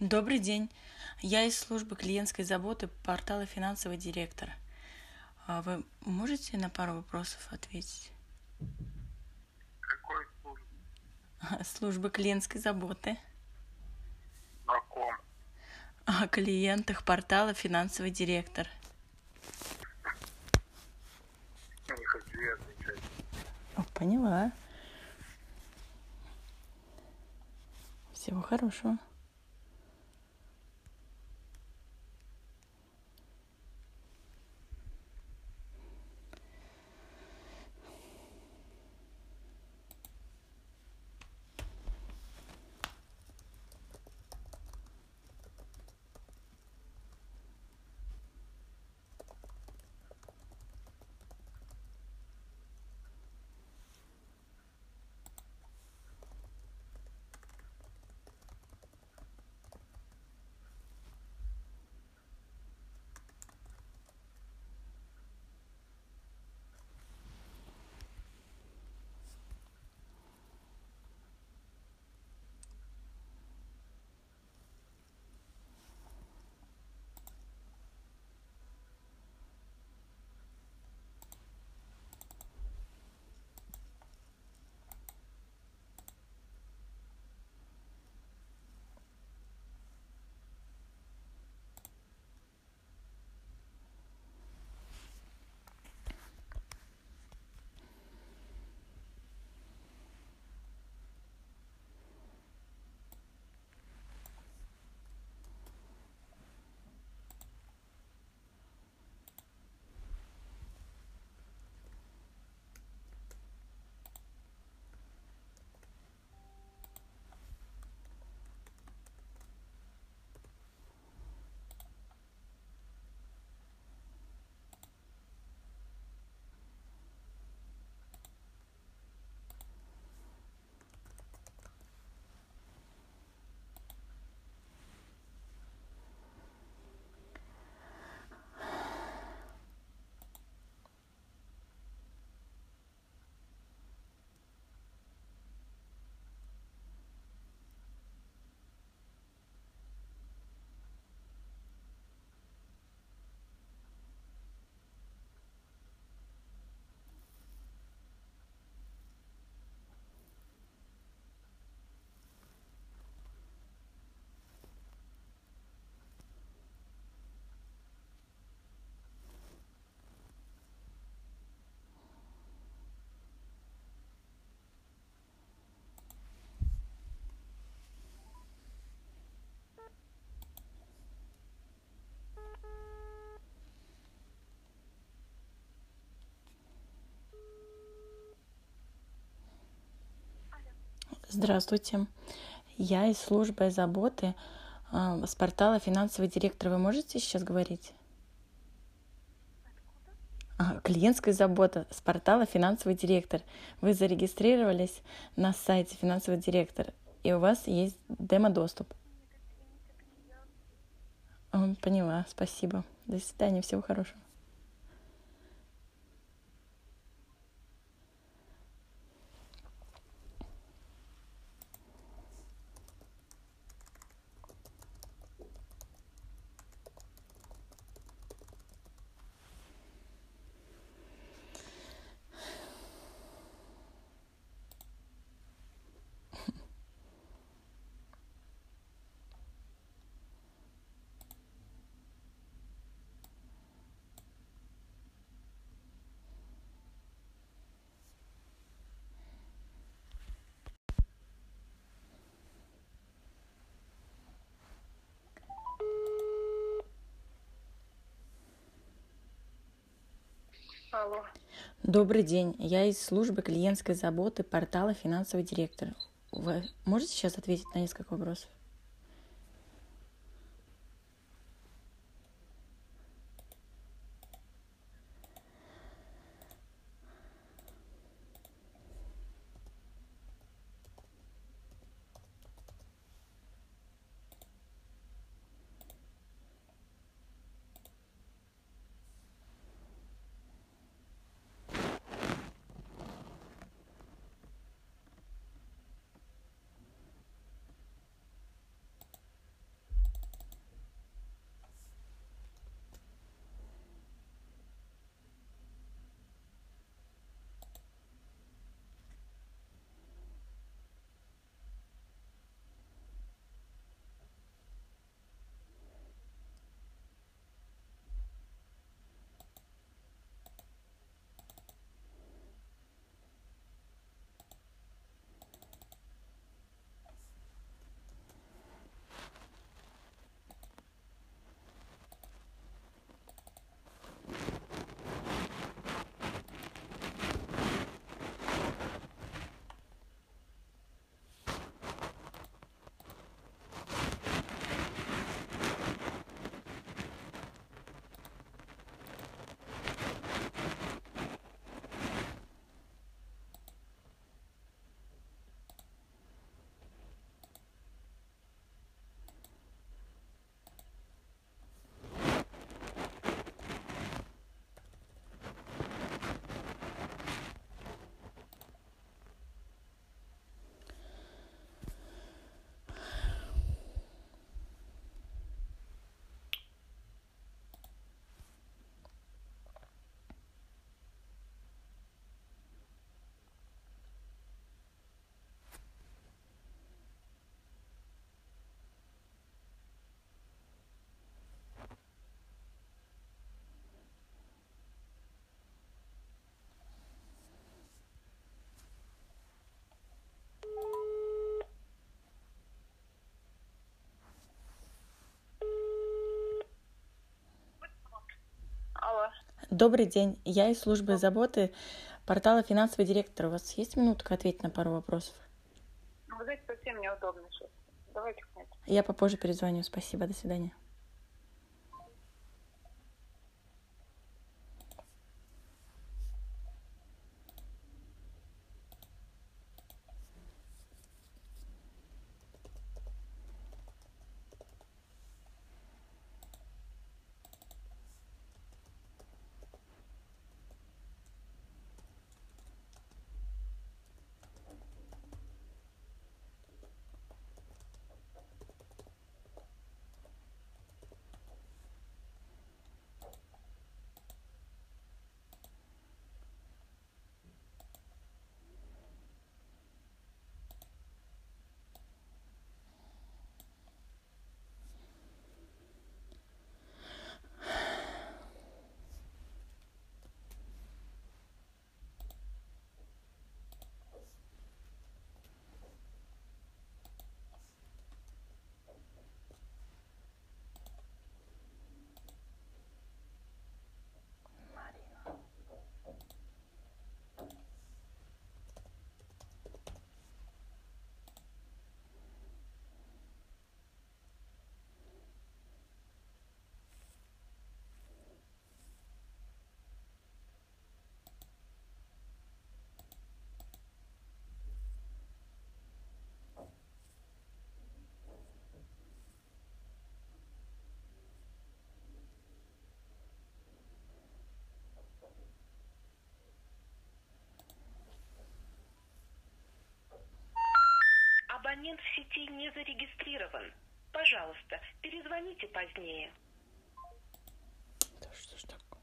Добрый день. Я из службы клиентской заботы портала «Финансовый директор». Вы можете на пару вопросов ответить? Какой служб? Служба клиентской заботы. На ком? О клиентах портала «Финансовый директор». Не хочу я отвечать. Поняла. Всего хорошего. Здравствуйте. Я из службы заботы с портала «Финансовый директор». Вы можете сейчас говорить? Клиентская забота с портала «Финансовый директор». Вы зарегистрировались на сайте «Финансовый директор», и у вас есть демо-доступ. Поняла, спасибо. До свидания, всего хорошего. Алло. Добрый день. Я из службы клиентской заботы портала «Финансовый директор». Вы можете сейчас ответить на несколько вопросов? Добрый день, я из службы заботы портала «Финансовый директор». У вас есть минутка ответить на пару вопросов? Ну, вы знаете, совсем неудобно сейчас. Давайте как-нибудь. Я попозже перезвоню. Спасибо, до свидания. Абонент в сети не зарегистрирован. Пожалуйста, перезвоните позднее. Да что ж такое?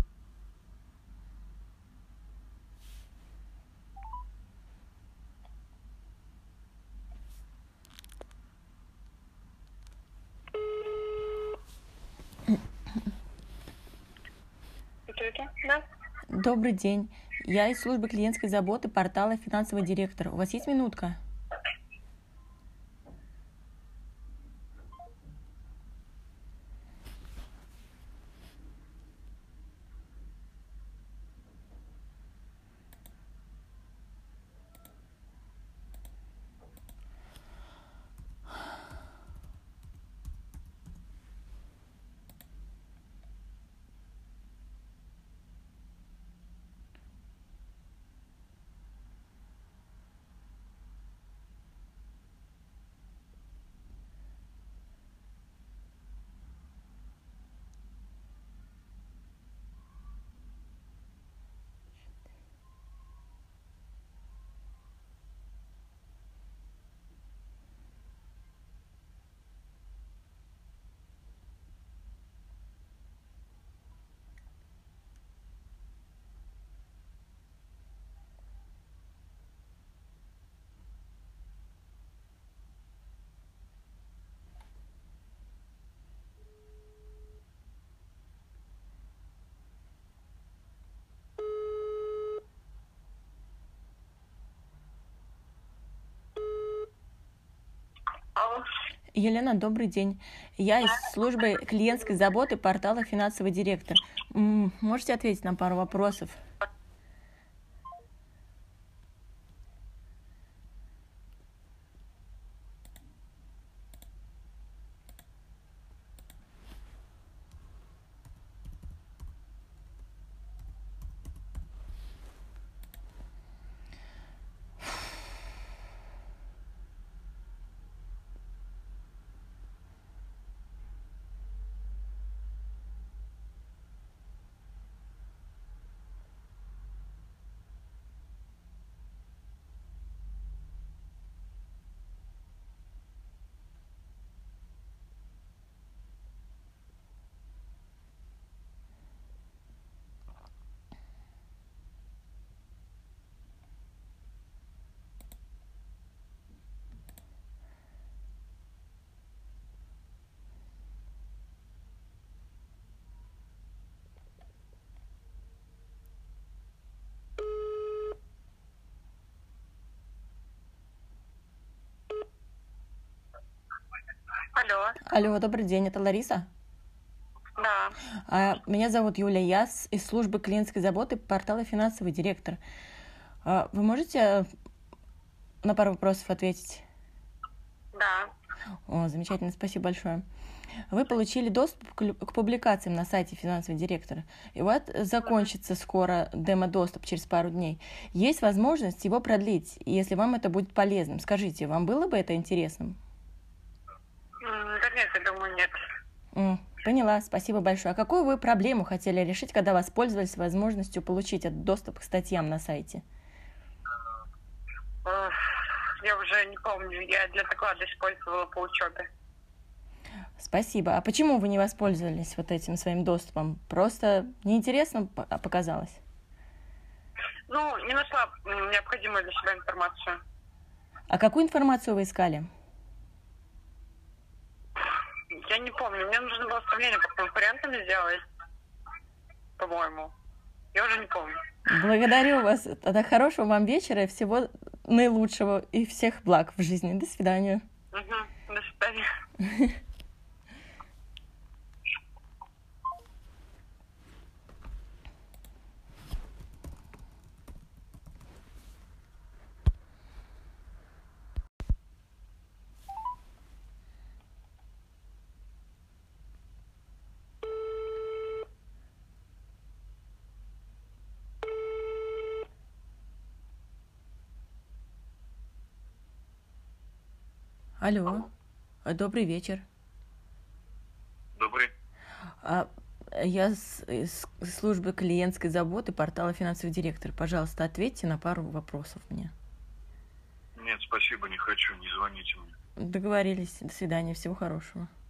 Это? Да? Добрый день, я из службы клиентской заботы портала «Финансовый директор». У вас есть минутка? Алло. Елена, добрый день. Я из службы клиентской заботы портала «Финансовый директор». Можете ответить на пару вопросов? Алло. Алло, добрый день, это Лариса? Да. Меня зовут Юля, я из службы клиентской заботы портала «Финансовый директор». Вы можете на пару вопросов ответить? Да. О, замечательно, спасибо большое. Вы получили доступ к публикациям на сайте «Финансовый директор». И вот закончится скоро демо-доступ через пару дней. Есть возможность его продлить, если вам это будет полезным. Скажите, вам было бы это интересным? Да нет, я думаю, нет. Поняла, спасибо большое. А какую вы проблему хотели решить, когда воспользовались возможностью получить этот доступ к статьям на сайте? Я уже не помню, я для доклада использовала по учебе. Спасибо. А почему вы не воспользовались вот этим своим доступом? Просто неинтересно показалось? Не нашла необходимую для себя информацию. А какую информацию вы искали? Я не помню. Мне нужно было сравнение по конкурентам сделать, по-моему. Я уже не помню. Благодарю вас. Тогда хорошего вам вечера и всего наилучшего и всех благ в жизни. До свидания. До свидания. Алло. Добрый вечер. Добрый. Я из службы клиентской заботы портала «Финансовый директор». Пожалуйста, ответьте на пару вопросов мне. Нет, спасибо, не хочу, не звоните мне. Договорились. До свидания. Всего хорошего.